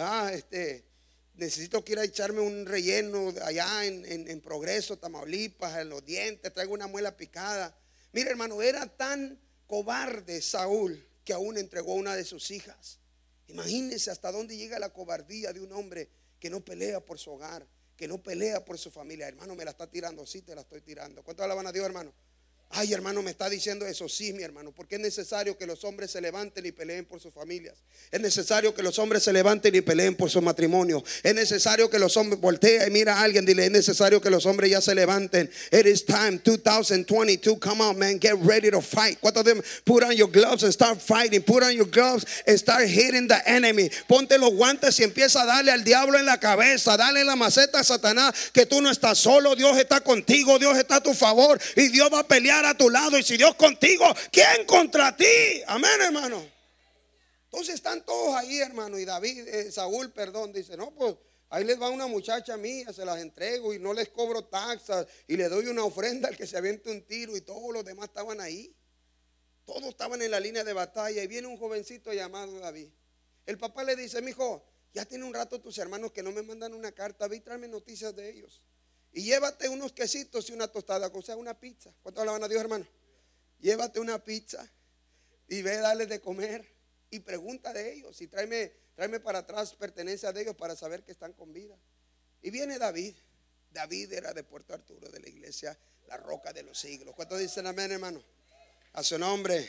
necesito que ir a echarme un relleno allá en Progreso, Tamaulipas, en los dientes, traigo una muela picada. Mira, hermano, era tan cobarde Saúl que aún entregó una de sus hijas. Imagínense hasta dónde llega la cobardía de un hombre que no pelea por su hogar, que no pelea por su familia. Hermano, me la está tirando. Sí, te la estoy tirando. ¿Cuánto alaban a Dios, hermano? Ay, hermano, me está diciendo eso. Sí, mi hermano, porque es necesario que los hombres se levanten y peleen por sus familias. Es necesario que los hombres se levanten y peleen por su matrimonio. Es necesario que los hombres, voltea y mira a alguien, dile: es necesario que los hombres ya se levanten. It is time, 2022, come on, man, get ready to fight. ¿Cuántos de them put on your gloves and start fighting? Put on your gloves and start hitting the enemy. Ponte los guantes y empieza a darle al diablo en la cabeza. Dale la maceta a Satanás, que tú no estás solo. Dios está contigo, Dios está a tu favor y Dios va a pelear a tu lado. Y si Dios contigo, ¿quién contra ti? Amén, hermano. Entonces están todos ahí, hermano. Y Saúl, dice: no, pues ahí les va una muchacha mía, se las entrego y no les cobro taxas y le doy una ofrenda al que se aviente un tiro. Y todos los demás estaban ahí. Todos estaban en la línea de batalla. Y viene un jovencito llamado David. El papá le dice: mijo, ya tiene un rato tus hermanos que no me mandan una carta. Ve y tráeme noticias de ellos. Y llévate unos quesitos y una tostada, o sea, una pizza. ¿Cuánto alaban a Dios, hermano? Llévate una pizza y ve, dale de comer y pregunta de ellos. Y tráeme para atrás pertenencias de ellos para saber que están con vida. Y viene David. David era de Puerto Arturo, de la iglesia La Roca de los Siglos. ¿Cuántos dicen amén, hermano? A su nombre.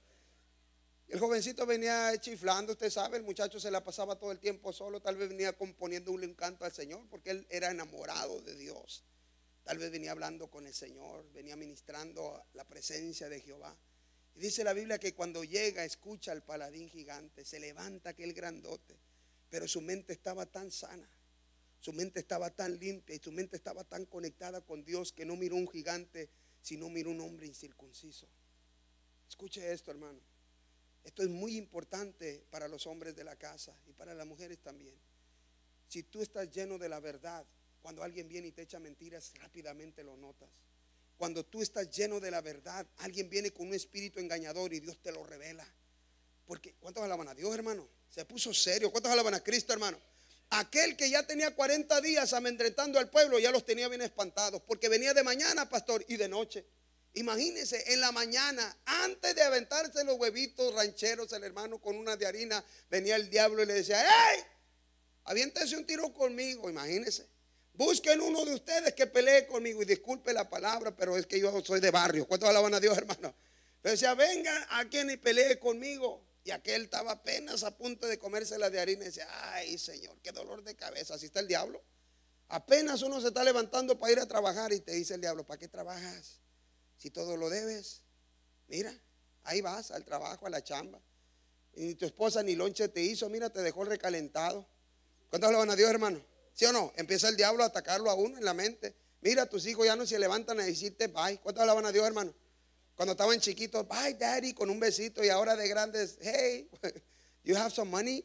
El jovencito venía chiflando, usted sabe, el muchacho se la pasaba todo el tiempo solo. Tal vez venía componiendo un canto al Señor porque él era enamorado de Dios. Tal vez venía hablando con el Señor, venía ministrando la presencia de Jehová. Y dice la Biblia que cuando llega, escucha al paladín gigante, se levanta aquel grandote, pero su mente estaba tan sana, su mente estaba tan limpia y su mente estaba tan conectada con Dios que no miró un gigante, sino miró un hombre incircunciso. Escuche esto, hermano. Esto es muy importante para los hombres de la casa y para las mujeres también. Si tú estás lleno de la verdad, cuando alguien viene y te echa mentiras, rápidamente lo notas. Cuando tú estás lleno de la verdad, alguien viene con un espíritu engañador y Dios te lo revela. Porque, ¿cuántos alaban a Dios, hermano? Se puso serio. ¿Cuántos alaban a Cristo, hermano? Aquel que ya tenía 40 días amedrentando al pueblo, ya los tenía bien espantados, porque venía de mañana, pastor, y de noche. Imagínense, en la mañana, antes de aventarse los huevitos rancheros, el hermano con una de harina, venía el diablo y le decía: ¡hey! Aviéntese un tiro conmigo. Imagínense, busquen uno de ustedes que pelee conmigo. Y disculpe la palabra, pero es que yo soy de barrio. ¿Cuántos alaban a Dios, hermano? Pero decía: venga a quien y pelee conmigo. Y aquel estaba apenas a punto de comerse la de harina y decía: ay, Señor, qué dolor de cabeza. Así está el diablo. Apenas uno se está levantando para ir a trabajar y te dice el diablo: ¿para qué trabajas? Si todo lo debes. Mira, ahí vas al trabajo, a la chamba. Y tu esposa ni lonche te hizo, mira, te dejó recalentado. ¿Cuántos alaban a Dios, hermano? ¿Sí o no? Empieza el diablo a atacarlo a uno en la mente. Mira, tus hijos ya no se levantan a decirte bye. ¿Cuántos alaban a Dios, hermano? Cuando estaban chiquitos, bye daddy, con un besito. Y ahora de grandes, hey, you have some money.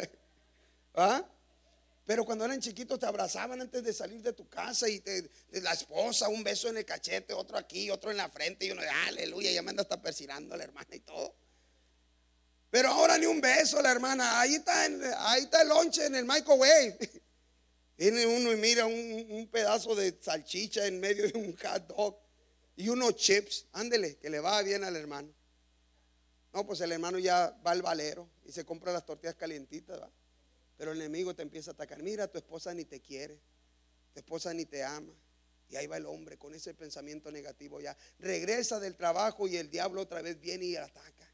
¿Ah? Pero cuando eran chiquitos te abrazaban antes de salir de tu casa y la esposa, un beso en el cachete, otro aquí, otro en la frente, y uno, aleluya, ya me anda hasta persinando la hermana y todo. Pero ahora ni un beso, la hermana, ahí está el lonche en el microwave. Viene uno y mira un pedazo de salchicha en medio de un hot dog y unos chips, ándele, que le va bien al hermano. No, pues el hermano ya va al valero y se compra las tortillas calientitas, ¿va? Pero el enemigo te empieza a atacar. Mira, tu esposa ni te quiere, tu esposa ni te ama. Y ahí va el hombre con ese pensamiento negativo ya. Regresa del trabajo y el diablo otra vez viene y ataca.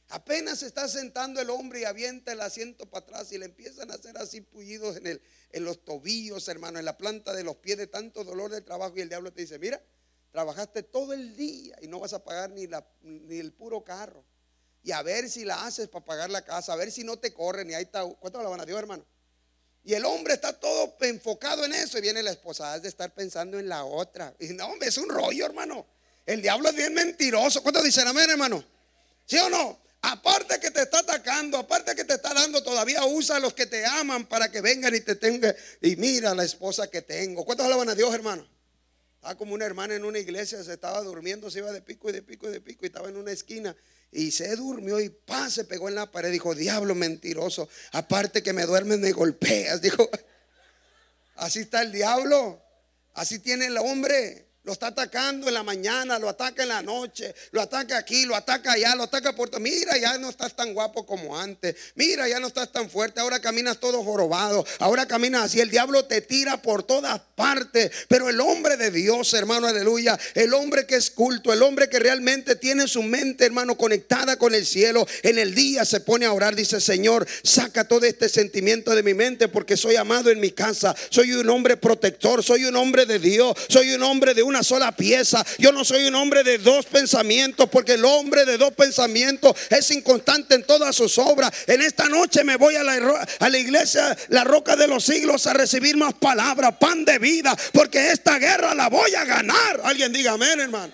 Apenas se está sentando el hombre y avienta el asiento para atrás y le empiezan a hacer así pullidos en los tobillos, hermano, en la planta de los pies de tanto dolor del trabajo. Y el diablo te dice: mira, trabajaste todo el día y no vas a pagar ni el puro carro. Y a ver si la haces para pagar la casa, a ver si no te corren. Y ahí está. ¿Cuánto alaban a Dios, hermano? Y el hombre está todo enfocado en eso. Y viene la esposa: has de estar pensando en la otra. Y no, hombre, es un rollo, hermano. El diablo es bien mentiroso. ¿Cuántos dicen amén, hermano? ¿Sí o no? Aparte que te está atacando, aparte que te está dando, todavía usa a los que te aman para que vengan y te tengan. Y mira la esposa que tengo. ¿Cuántos alaban a Dios, hermano? Estaba como una hermana en una iglesia, se estaba durmiendo, se iba de pico y de pico y de pico, y estaba en una esquina y se durmió y se pegó en la pared. Dijo: diablo mentiroso, aparte que me duermes me golpeas. Dijo: así está el diablo, así tiene el hombre. Lo está atacando en la mañana, lo ataca en la noche, lo ataca aquí, lo ataca allá, lo ataca por todo. Mira, ya no estás tan guapo como antes. Mira, ya no estás tan fuerte. Ahora caminas todo jorobado. Ahora caminas así. El diablo te tira por todas partes. Pero el hombre de Dios, hermano, aleluya, el hombre que es culto, el hombre que realmente tiene su mente, hermano, conectada con el cielo, en el día se pone a orar. Dice: Señor, saca todo este sentimiento de mi mente, porque soy amado en mi casa. Soy un hombre protector. Soy un hombre de Dios. Soy un hombre de una sola pieza. Yo no soy un hombre de dos pensamientos, porque el hombre de dos pensamientos es inconstante en todas sus obras. En esta noche me voy a la iglesia, la Roca de los Siglos, a recibir más palabras, pan de vida, porque esta guerra la voy a ganar. Alguien diga amén, hermano.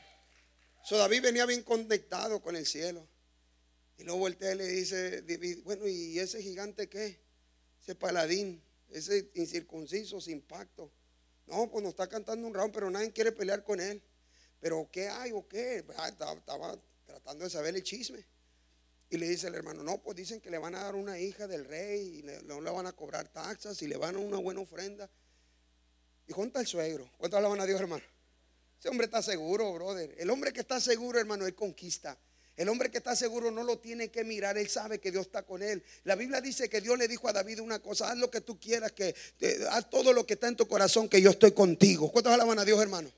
David venía bien conectado con el cielo. Y luego voltea y le dice: bueno, ¿y ese gigante qué? Ese paladín, ese incircunciso, sin pacto. No, pues nos está cantando un round, pero nadie quiere pelear con él. ¿Pero qué hay o qué? Estaba tratando de saber el chisme. Y le dice el hermano: no, pues dicen que le van a dar una hija del rey y no le van a cobrar taxas y le van a dar una buena ofrenda. Y ¿cuánto el suegro? ¿Cuánto le van a Dios, hermano? Ese hombre está seguro, brother. El hombre que está seguro, hermano, él conquista. El hombre que está seguro no lo tiene que mirar. Él sabe que Dios está con él. La Biblia dice que Dios le dijo a David una cosa: haz lo que tú quieras, haz todo lo que está en tu corazón, que yo estoy contigo. ¿Cuántos alaban a Dios, hermano?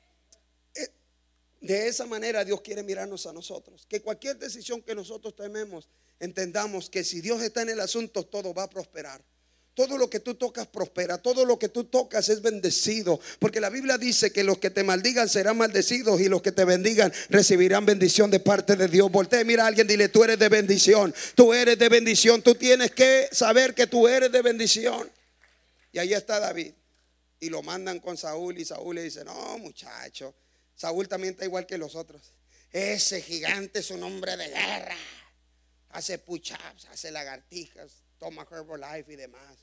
De esa manera Dios quiere mirarnos a nosotros. Que cualquier decisión que nosotros tomemos, entendamos que si Dios está en el asunto, todo va a prosperar. Todo lo que tú tocas prospera. Todo lo que tú tocas es bendecido. Porque la Biblia dice que los que te maldigan serán maldecidos, y los que te bendigan recibirán bendición de parte de Dios. Voltea y mira a alguien, dile: tú eres de bendición. Tú eres de bendición. Tú tienes que saber que tú eres de bendición. Y ahí está David. Y lo mandan con Saúl. Y Saúl le dice: no, muchacho, Saúl también está igual que los otros. Ese gigante es un hombre de guerra. Hace push-ups, hace lagartijas, toma Herbalife y demás.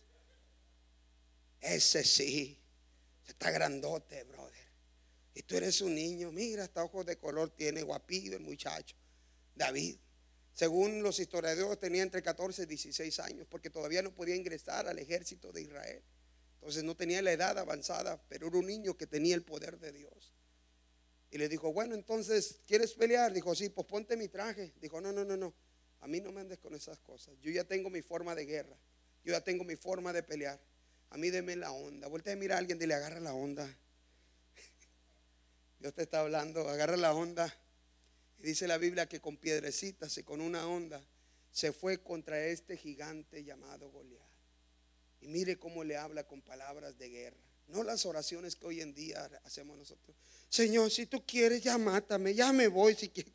Ese sí, está grandote, brother. Y tú eres un niño. Mira, hasta ojos de color tiene, guapillo el muchacho. David, según los historiadores, tenía entre 14 y 16 años, porque todavía no podía ingresar al ejército de Israel. Entonces no tenía la edad avanzada, pero era un niño que tenía el poder de Dios. Y le dijo: bueno, entonces, ¿quieres pelear? Dijo: sí, pues ponte mi traje. Dijo: no, a mí no me andes con esas cosas. Yo ya tengo mi forma de guerra. Yo ya tengo mi forma de pelear. A mí deme la onda. Voltea a mirar a alguien, dile: agarra la onda. Dios te está hablando, agarra la onda. Y dice la Biblia que con piedrecitas y con una onda se fue contra este gigante llamado Goliat. Y mire cómo le habla con palabras de guerra. No las oraciones que hoy en día hacemos nosotros: Señor, si tú quieres, ya mátame, ya me voy si quieres.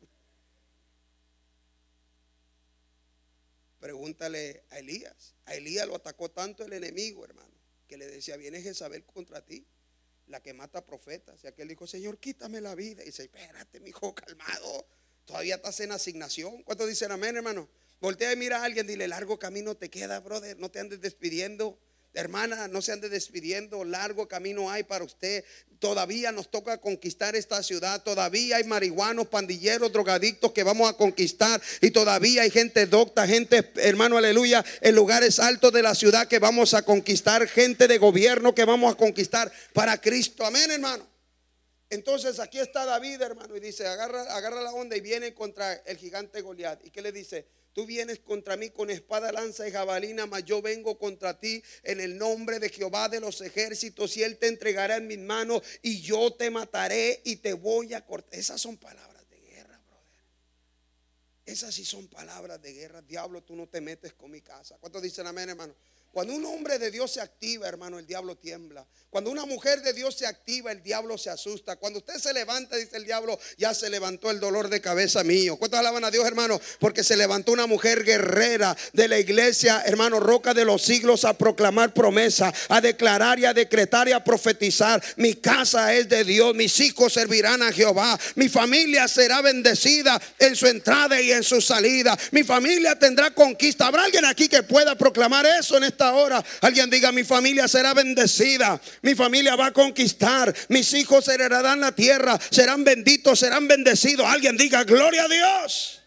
Pregúntale a Elías. A Elías lo atacó tanto el enemigo, hermano, que le decía: viene Jezabel contra ti, la que mata profetas. Y aquel dijo: Señor, quítame la vida. Y dice: espérate, mi hijo, calmado, todavía estás en asignación. ¿Cuántos dicen amén, hermano? Voltea y mira a alguien, dile: largo camino te queda, brother. No te andes despidiendo. Hermana, no se ande despidiendo. Largo camino hay para usted. Todavía nos toca conquistar esta ciudad. Todavía hay marihuanos, pandilleros, drogadictos que vamos a conquistar. Y todavía hay gente docta, gente, hermano, aleluya, en lugares altos de la ciudad que vamos a conquistar. Gente de gobierno que vamos a conquistar para Cristo. Amén, hermano. Entonces aquí está David, hermano, y dice: agarra la onda, y viene contra el gigante Goliat. ¿Y qué le dice? Tú vienes contra mí con espada, lanza y jabalina, mas yo vengo contra ti en el nombre de Jehová de los ejércitos, y él te entregará en mis manos, y yo te mataré y te voy a cortar. Esas son palabras de guerra, brother. Esas sí son palabras de guerra. Diablo, tú no te metes con mi casa. ¿Cuántos dicen amén, hermano? Cuando un hombre de Dios se activa, hermano, el diablo tiembla. Cuando una mujer de Dios se activa, el diablo se asusta. Cuando usted se levanta, dice el diablo, ya se levantó el dolor de cabeza mío. ¿Cuántos alaban a Dios, hermano? Porque se levantó una mujer guerrera de la iglesia, hermano, roca de los siglos, a proclamar promesa, a declarar y a decretar y a profetizar. Mi casa es de Dios, mis hijos servirán a Jehová, mi familia será bendecida en su entrada y en su salida, mi familia tendrá conquista. ¿Habrá alguien aquí que pueda proclamar eso en esta hora? Alguien diga: mi familia será bendecida, mi familia va a conquistar, mis hijos heredarán la tierra, serán benditos, serán bendecidos. Alguien diga: gloria a Dios.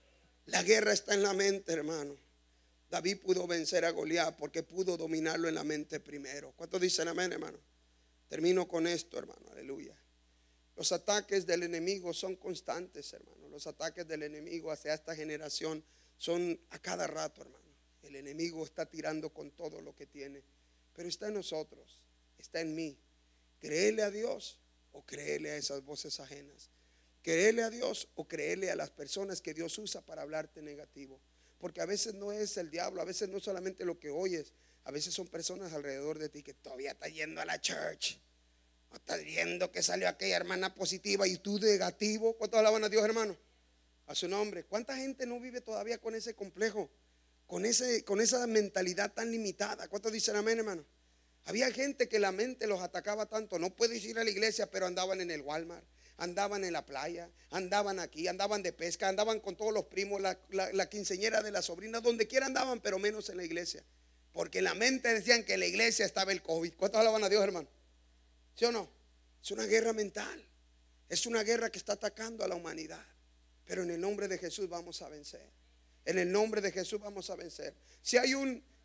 La guerra está en la mente, hermano. David pudo vencer a Goliat porque pudo dominarlo en la mente primero. ¿Cuántos dicen amén, hermano? Termino con esto, hermano, aleluya. Los ataques del enemigo son constantes, hermano. Los ataques del enemigo hacia esta generación son a cada rato, hermano. El enemigo está tirando con todo lo que tiene, pero está en nosotros, está en mí. Créele a Dios o créele a esas voces ajenas. Créele a Dios o créele a las personas que Dios usa para hablarte negativo. Porque a veces no es el diablo, a veces no solamente lo que oyes, a veces son personas alrededor de ti que todavía está yendo a la church, o está viendo que salió aquella hermana positiva y tú negativo. ¿Cuántos alaban a Dios, hermano? A su nombre. ¿Cuánta gente no vive todavía con ese complejo? Con esa mentalidad tan limitada. ¿Cuántos dicen amén, hermano? Había gente que la mente los atacaba tanto. No puedes ir a la iglesia, pero andaban en el Walmart, andaban en la playa, andaban aquí, andaban de pesca, andaban con todos los primos, la quinceñera de la sobrina, donde quiera andaban, pero menos en la iglesia. Porque en la mente decían que en la iglesia estaba el COVID. ¿Cuántos alaban a Dios, hermano? ¿Sí o no? Es una guerra mental. Es una guerra que está atacando a la humanidad. Pero en el nombre de Jesús vamos a vencer. En el nombre de Jesús vamos a vencer. Si hay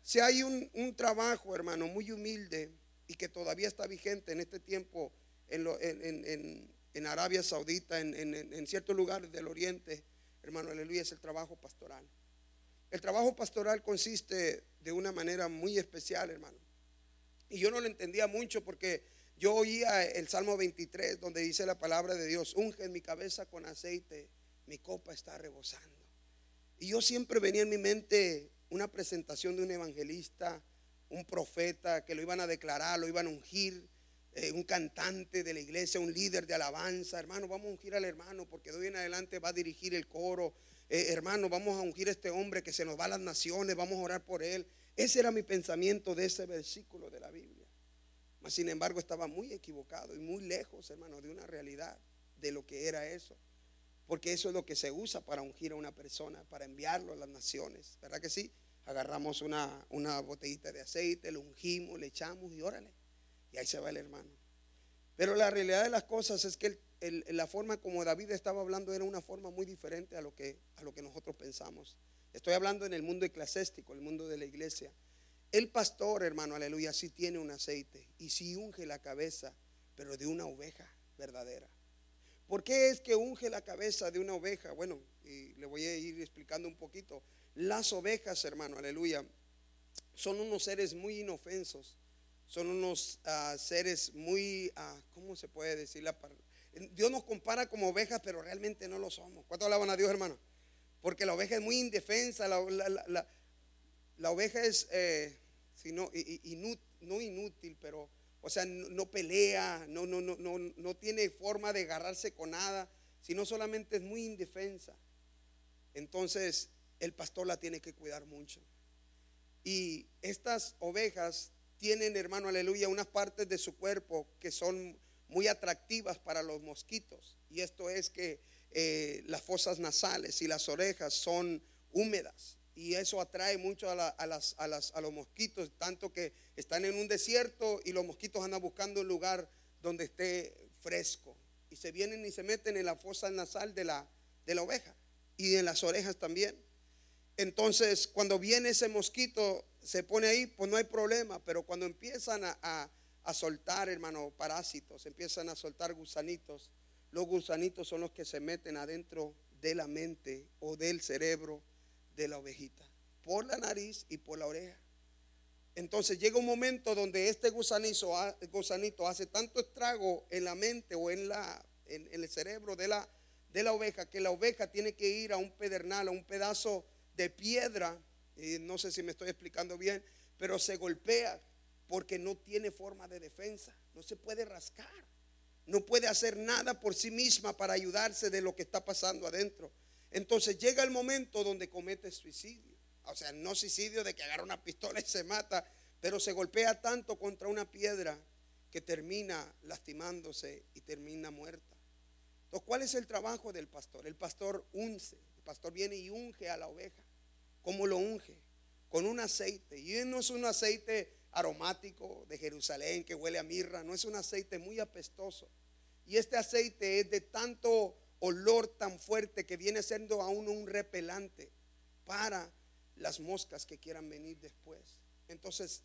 un trabajo, hermano, muy humilde y que todavía está vigente en este tiempo en Arabia Saudita, en ciertos lugares del Oriente, hermano, aleluya, es el trabajo pastoral. El trabajo pastoral consiste de una manera muy especial, hermano. Y yo no lo entendía mucho porque yo oía el Salmo 23 donde dice la palabra de Dios: unge mi cabeza con aceite, mi copa está rebosando. Y yo siempre venía en mi mente una presentación de un evangelista, un profeta que lo iban a declarar, lo iban a ungir, un cantante de la iglesia, un líder de alabanza. Hermano, vamos a ungir al hermano porque de hoy en adelante va a dirigir el coro. Hermano, vamos a ungir a este hombre que se nos va a las naciones, vamos a orar por él. Ese era mi pensamiento de ese versículo de la Biblia. Mas sin embargo estaba muy equivocado y muy lejos, hermano, de una realidad de lo que era eso. Porque eso es lo que se usa para ungir a una persona, para enviarlo a las naciones, ¿verdad que sí? Agarramos una botellita de aceite, lo ungimos, le echamos y órale, y ahí se va el hermano. Pero la realidad de las cosas es que la forma como David estaba hablando era una forma muy diferente a lo que nosotros pensamos. Estoy hablando en el mundo eclesiástico, el mundo de la iglesia. El pastor, hermano, aleluya, sí tiene un aceite y sí unge la cabeza, pero de una oveja verdadera. ¿Por qué es que unge la cabeza de una oveja? Bueno, y le voy a ir explicando un poquito. Las ovejas, hermano, aleluya, son unos seres muy inofensos. Son unos seres muy, ¿cómo se puede decir la palabra? Dios nos compara como ovejas, pero realmente no lo somos. ¿Cuánto alaban a Dios, hermano? Porque la oveja es muy indefensa. La oveja es, no inútil, pero, o sea, no pelea, no tiene forma de agarrarse con nada, sino solamente es muy indefensa. Entonces, el pastor la tiene que cuidar mucho. Y estas ovejas tienen, hermano, aleluya, unas partes de su cuerpo que son muy atractivas para los mosquitos. Y esto es que las fosas nasales y las orejas son húmedas. Y eso atrae mucho a los mosquitos, tanto que están en un desierto y los mosquitos andan buscando un lugar donde esté fresco. Y se vienen y se meten en la fosa nasal de la oveja y en las orejas también. Entonces, cuando viene ese mosquito, se pone ahí, pues no hay problema. Pero cuando empiezan a soltar, hermano, parásitos, empiezan a soltar gusanitos, los gusanitos son los que se meten adentro de la mente o del cerebro de la ovejita, por la nariz y por la oreja. Entonces llega un momento donde este gusanito hace tanto estrago en la mente o en el cerebro de de la oveja, que la oveja tiene que ir a un pedernal, a un pedazo de piedra, y no sé si me estoy explicando bien, pero se golpea porque no tiene forma de defensa, no se puede rascar, no puede hacer nada por sí misma para ayudarse de lo que está pasando adentro. Entonces llega el momento donde comete suicidio, o sea, no suicidio de que agarra una pistola y se mata, pero se golpea tanto contra una piedra que termina lastimándose y termina muerta. Entonces, ¿cuál es el trabajo del pastor? El pastor unce, el pastor viene y unge a la oveja. ¿Cómo lo unge? Con un aceite, y no es un aceite aromático de Jerusalén que huele a mirra, no, es un aceite muy apestoso, y este aceite es de tanto olor tan fuerte que viene siendo a uno un repelente para las moscas que quieran venir después. Entonces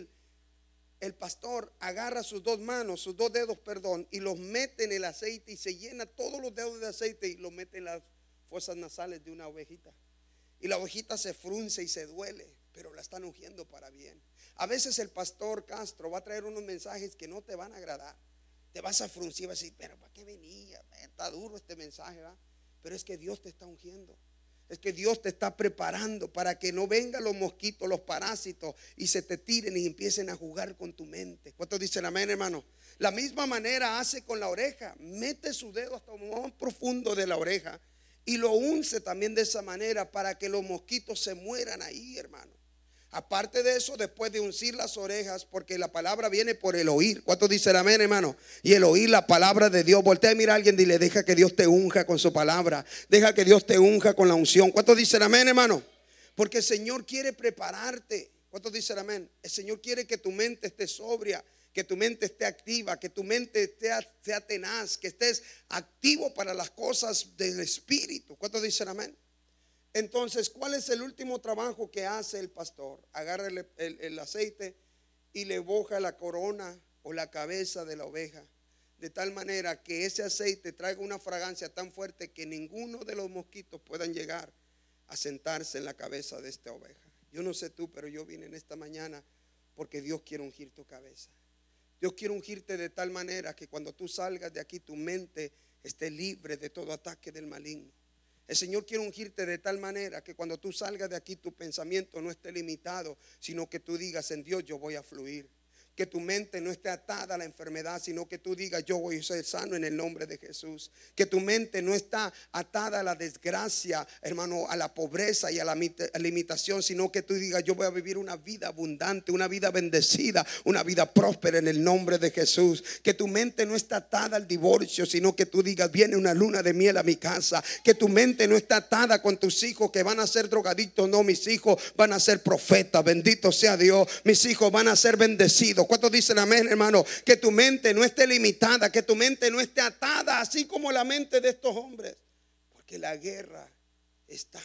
el pastor agarra sus dos manos, sus dos dedos, perdón, y los mete en el aceite y se llena todos los dedos de aceite y los mete en las fosas nasales de una ovejita. Y la ovejita se frunce y se duele, pero la están ungiendo para bien. A veces el pastor Castro va a traer unos mensajes que no te van a agradar. Te vas a fruncir y vas a decir, pero ¿para qué venía? Está duro este mensaje, ¿verdad? Pero es que Dios te está ungiendo. Es que Dios te está preparando para que no vengan los mosquitos, los parásitos, y se te tiren y empiecen a jugar con tu mente. ¿Cuántos dicen amén, hermano? La misma manera hace con la oreja. Mete su dedo hasta lo más profundo de la oreja y lo unce también de esa manera para que los mosquitos se mueran ahí, hermano. Aparte de eso, después de uncir las orejas, porque la palabra viene por el oír. ¿Cuántos dicen amén, hermano? Y el oír la palabra de Dios. Voltea a mirar a alguien y dile, deja que Dios te unja con su palabra. Deja que Dios te unja con la unción. ¿Cuántos dicen amén, hermano? Porque el Señor quiere prepararte. ¿Cuántos dicen amén? El Señor quiere que tu mente esté sobria, que tu mente esté activa, que tu mente sea tenaz, que estés activo para las cosas del Espíritu. ¿Cuántos dicen amén? Entonces, ¿cuál es el último trabajo que hace el pastor? Agarra el aceite y le boja la corona o la cabeza de la oveja, de tal manera que ese aceite traiga una fragancia tan fuerte que ninguno de los mosquitos puedan llegar a sentarse en la cabeza de esta oveja. Yo no sé tú, pero yo vine en esta mañana porque Dios quiere ungir tu cabeza. Dios quiere ungirte de tal manera que cuando tú salgas de aquí tu mente esté libre de todo ataque del maligno. El Señor quiere ungirte de tal manera que cuando tú salgas de aquí tu pensamiento no esté limitado, sino que tú digas, en Dios yo voy a fluir. Que tu mente no esté atada a la enfermedad, sino que tú digas, yo voy a ser sano en el nombre de Jesús. Que tu mente no está atada a la desgracia, hermano, a la pobreza y a la limitación, sino que tú digas, yo voy a vivir una vida abundante, una vida bendecida, una vida próspera en el nombre de Jesús. Que tu mente no está atada al divorcio, sino que tú digas, viene una luna de miel a mi casa. Que tu mente no está atada con tus hijos que van a ser drogadictos. No, mis hijos van a ser profetas, bendito sea Dios. Mis hijos van a ser bendecidos. ¿Cuántos dicen amén, hermano? Que tu mente no esté limitada, que tu mente no esté atada, así como la mente de estos hombres, porque la guerra está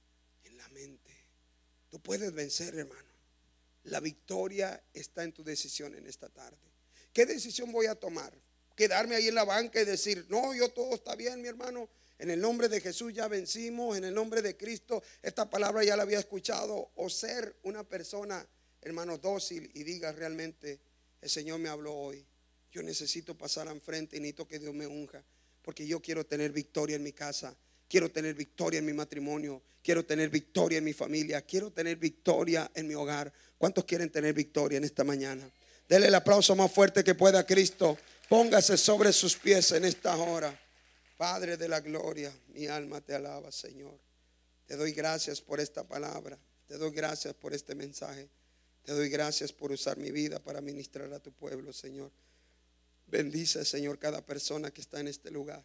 en la mente. Tú puedes vencer, hermano. La victoria está en tu decisión en esta tarde. ¿Qué decisión voy a tomar? Quedarme ahí en la banca y decir, no, yo todo está bien, mi hermano. En el nombre de Jesús ya vencimos, en el nombre de Cristo esta palabra ya la había escuchado. O ser una persona, hermano, dócil y diga realmente, el Señor me habló hoy. Yo necesito pasar enfrente y necesito que Dios me unja, porque yo quiero tener victoria en mi casa, quiero tener victoria en mi matrimonio, quiero tener victoria en mi familia, quiero tener victoria en mi hogar. ¿Cuántos quieren tener victoria en esta mañana? Dele el aplauso más fuerte que pueda a Cristo. Póngase sobre sus pies en esta hora. Padre de la gloria, mi alma te alaba, Señor. Te doy gracias por esta palabra. Te doy gracias por este mensaje. Te doy gracias por usar mi vida para ministrar a tu pueblo, Señor. Bendice, Señor, cada persona que está en este lugar.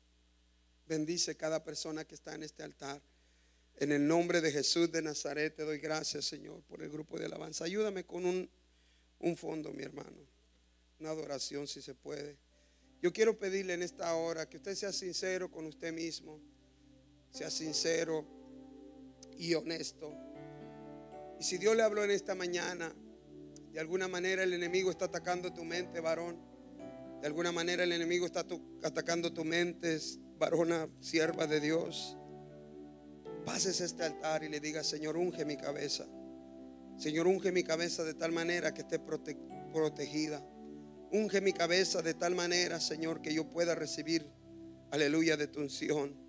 Bendice cada persona que está en este altar. En el nombre de Jesús de Nazaret te doy gracias, Señor, por el grupo de alabanza. Ayúdame con un fondo, mi hermano. Una adoración, si se puede. Yo quiero pedirle en esta hora que usted sea sincero con usted mismo. Sea sincero y honesto. Y si Dios le habló en esta mañana, de alguna manera el enemigo está atacando tu mente, varón. De alguna manera el enemigo está atacando tu mente, varona, sierva de Dios. Pases a este altar y le diga, Señor, unge mi cabeza. Señor, unge mi cabeza de tal manera que esté protegida. Unge mi cabeza de tal manera, Señor, que yo pueda recibir aleluya, de tu unción.